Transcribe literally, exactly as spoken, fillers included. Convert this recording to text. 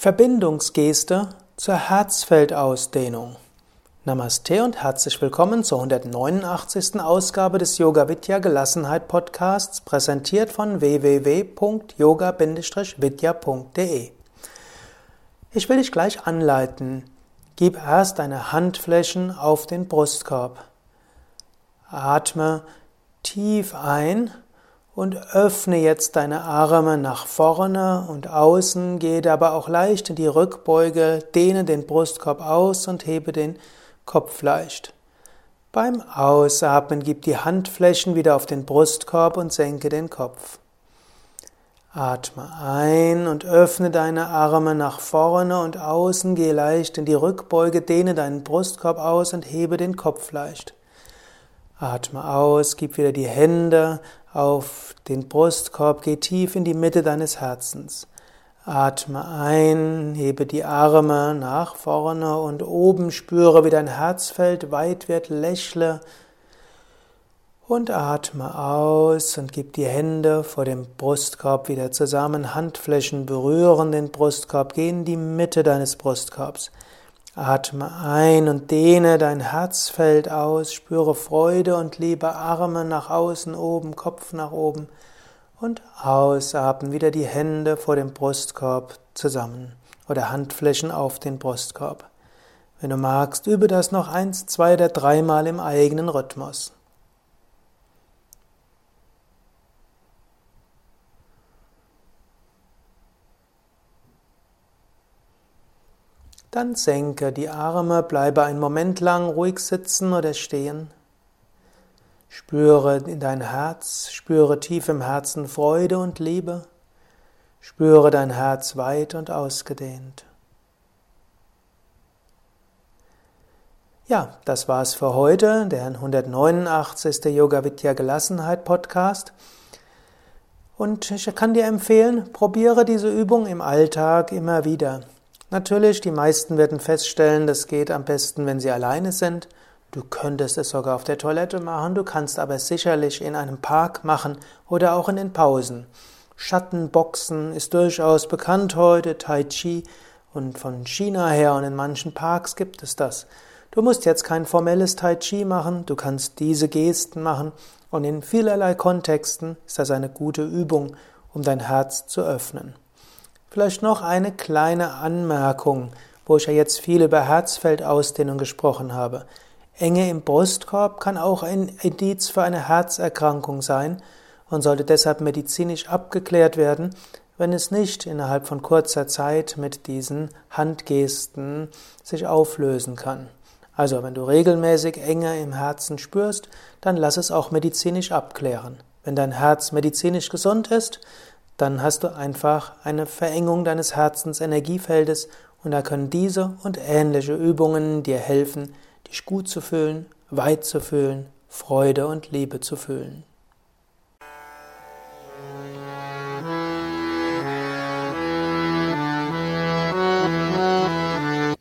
Verbindungsgeste zur Herzfeldausdehnung. Namaste und herzlich willkommen zur hundertneunundachtzigsten Ausgabe des Yoga Vidya Gelassenheit Podcasts, präsentiert von w w w punkt yoga Bindestrich vidya punkt de. Ich will dich gleich anleiten. Gib erst deine Handflächen auf den Brustkorb. Atme tief ein und öffne jetzt deine Arme nach vorne und außen, gehe dabei auch leicht in die Rückbeuge, dehne den Brustkorb aus und hebe den Kopf leicht. Beim Ausatmen gib die Handflächen wieder auf den Brustkorb und senke den Kopf. Atme ein und öffne deine Arme nach vorne und außen, gehe leicht in die Rückbeuge, dehne deinen Brustkorb aus und hebe den Kopf leicht. Atme aus, gib wieder die Hände auf den Brustkorb, geh tief in die Mitte deines Herzens. Atme ein, hebe die Arme nach vorne und oben, spüre, wie dein Herzfeld weit wird, lächle und atme aus und gib die Hände vor dem Brustkorb wieder zusammen, Handflächen berühren den Brustkorb, geh in die Mitte deines Brustkorbs. Atme ein und dehne dein Herzfeld aus, spüre Freude und Liebe, Arme nach außen, oben, Kopf nach oben und ausatmen, wieder die Hände vor dem Brustkorb zusammen oder Handflächen auf den Brustkorb. Wenn du magst, übe das noch eins, zwei oder dreimal im eigenen Rhythmus. Dann senke die Arme, bleibe einen Moment lang ruhig sitzen oder stehen. Spüre in dein Herz, spüre tief im Herzen Freude und Liebe. Spüre dein Herz weit und ausgedehnt. Ja, das war's für heute, der hundertneunundachtzigste Yoga Vidya Gelassenheit Podcast. Und ich kann dir empfehlen, probiere diese Übung im Alltag immer wieder. Natürlich, die meisten werden feststellen, das geht am besten, wenn sie alleine sind. Du könntest es sogar auf der Toilette machen, du kannst aber sicherlich in einem Park machen oder auch in den Pausen. Schattenboxen ist durchaus bekannt heute, Tai Chi, und von China her und in manchen Parks gibt es das. Du musst jetzt kein formelles Tai Chi machen, du kannst diese Gesten machen und in vielerlei Kontexten ist das eine gute Übung, um dein Herz zu öffnen. Vielleicht noch eine kleine Anmerkung, wo ich ja jetzt viel über Herzfeldausdehnung gesprochen habe. Enge im Brustkorb kann auch ein Indiz für eine Herzerkrankung sein und sollte deshalb medizinisch abgeklärt werden, wenn es nicht innerhalb von kurzer Zeit mit diesen Handgesten sich auflösen kann. Also wenn du regelmäßig Enge im Herzen spürst, dann lass es auch medizinisch abklären. Wenn dein Herz medizinisch gesund ist, dann hast du einfach eine Verengung deines Herzensenergiefeldes und da können diese und ähnliche Übungen dir helfen, dich gut zu fühlen, weit zu fühlen, Freude und Liebe zu fühlen.